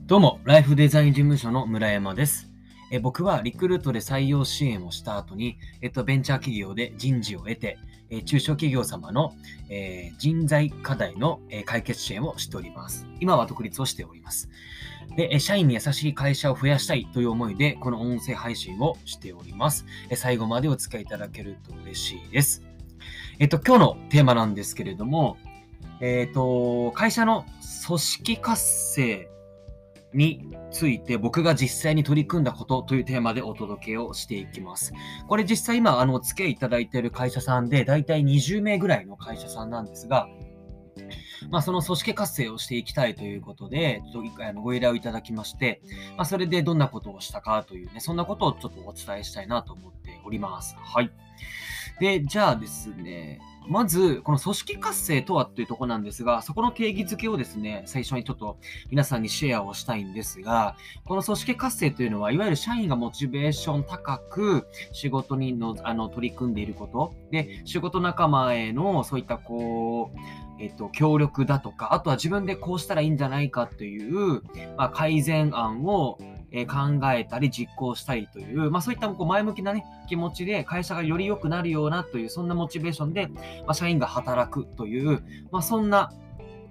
どうも、ライフデザイン事務所の村山です。僕はリクルートで採用支援をした後に、ベンチャー企業で人事を得て、中小企業様の、人材課題の、解決支援をしております。今は独立をしております。で、社員に優しい会社を増やしたいという思いで、この音声配信をしております。最後までお付き合いいただけると嬉しいです。今日のテーマなんですけれども、会社の組織活性について僕が実際に取り組んだことというテーマでお届けをしていきます。これ実際今お付き合いいただいている会社さんでだいたい20名ぐらいの会社さんなんですが、その組織活性をしていきたいということで、ちょっとご依頼をいただきまして、それでどんなことをしたかというね、そんなことをちょっとお伝えしたいなと思っております。はい。で、じゃあですね、まず、この組織活性とはというところなんですが、そこの定義づけをですね、最初にちょっと皆さんにシェアをしたいんですが、この組織活性というのは、いわゆる社員がモチベーション高く仕事に取り組んでいること、で、仕事仲間へのそういった協力だとか、あとは自分でこうしたらいいんじゃないかという、改善案を考えたり実行したりという、そういった前向きなね、気持ちで会社がより良くなるようなという、そんなモチベーションで、社員が働くという、そんな、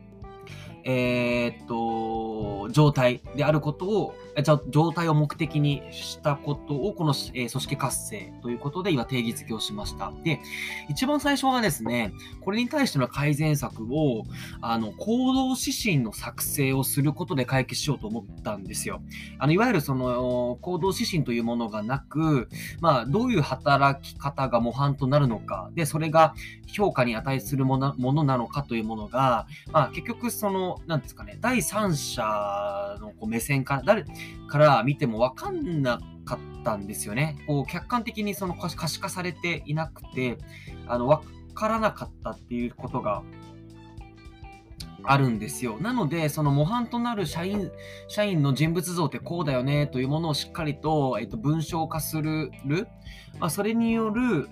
状態であることを、状態を目的にしたことを、この、組織活性ということで今定義付けをしました。で、一番最初はですね、これに対しての改善策を、行動指針の作成をすることで解決しようと思ったんですよ。いわゆるその、行動指針というものがなく、どういう働き方が模範となるのか、で、それが評価に値するものなのかというものが、結局その、なんですかね、第三者の目線から見ても分かんなかったんですよね。客観的にその可視化されていなくて、分からなかったっていうことがあるんですよ。なので、その模範となる社員の人物像ってこうだよねというものをしっかりと、文章化する。それによる、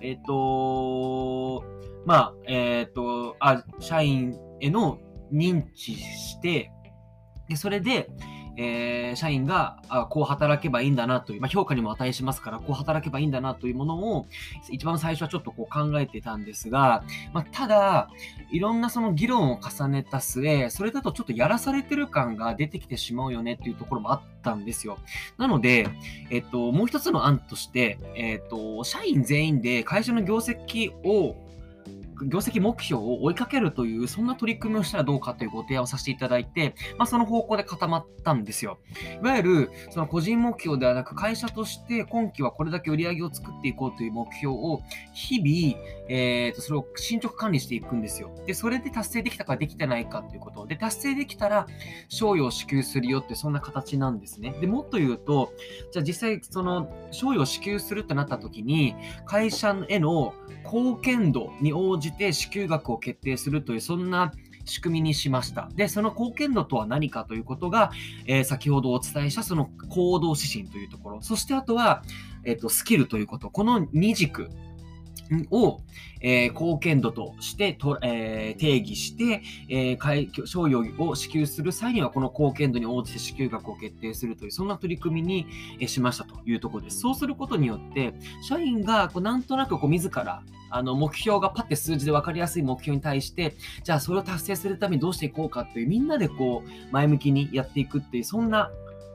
社員への認知して、で、それで、社員が、こう働けばいいんだなという、評価にも値しますから、こう働けばいいんだなというものを、一番最初はちょっと考えてたんですが、ただ、いろんなその議論を重ねた末、それだとちょっとやらされてる感が出てきてしまうよねっていうところもあったんですよ。なので、もう一つの案として、社員全員で会社の業績目標を追いかけるという、そんな取り組みをしたらどうかというご提案をさせていただいて、その方向で固まったんですよ。いわゆる、その個人目標ではなく、会社として今期はこれだけ売り上げを作っていこうという目標を、日々、それを進捗管理していくんですよ。で、それで達成できたかできてないかということ。で、達成できたら、賞与を支給するよって、そんな形なんですね。で、もっと言うと、じゃあ実際、その、賞与を支給するとなった時に、会社への貢献度に応じて支給額を決定するという、そんな仕組みにしました。で、その貢献度とは何かということが、先ほどお伝えしたその行動指針というところ、そしてあとは、スキルということ、この2軸を、貢献度として定義して、賞与を支給する際には、この貢献度に応じて支給額を決定するという、そんな取り組みに、しましたというところです。そうすることによって、社員がなんとなく自ら、目標がパッて数字で分かりやすい目標に対して、じゃあそれを達成するためにどうしていこうかという、みんなで前向きにやっていくっていう、そんな、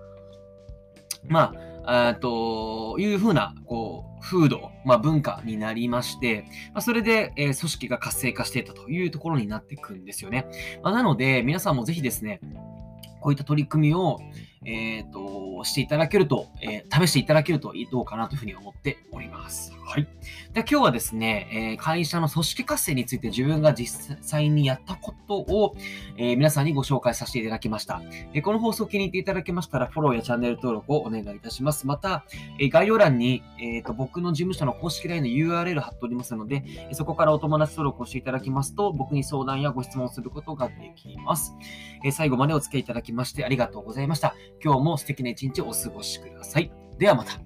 いうふうな、風土、文化になりまして、それで、組織が活性化していったというところになっていくんですよね。なので、皆さんもぜひですね、こういった取り組みを、していただけると、試していただけるとどうかなというふうに思っております。はい。で、今日はですね、会社の組織活性について自分が実際にやったことを、皆さんにご紹介させていただきました。この放送を気に入っていただけましたら、フォローやチャンネル登録をお願いいたします。また、概要欄に、僕の事務所の公式 LINE の URL 貼っておりますので、そこからお友達登録をしていただきますと、僕に相談やご質問をすることができます。最後までお付き合いいただきましてありがとうございました。今日も素敵な一日をお過ごしください。ではまた。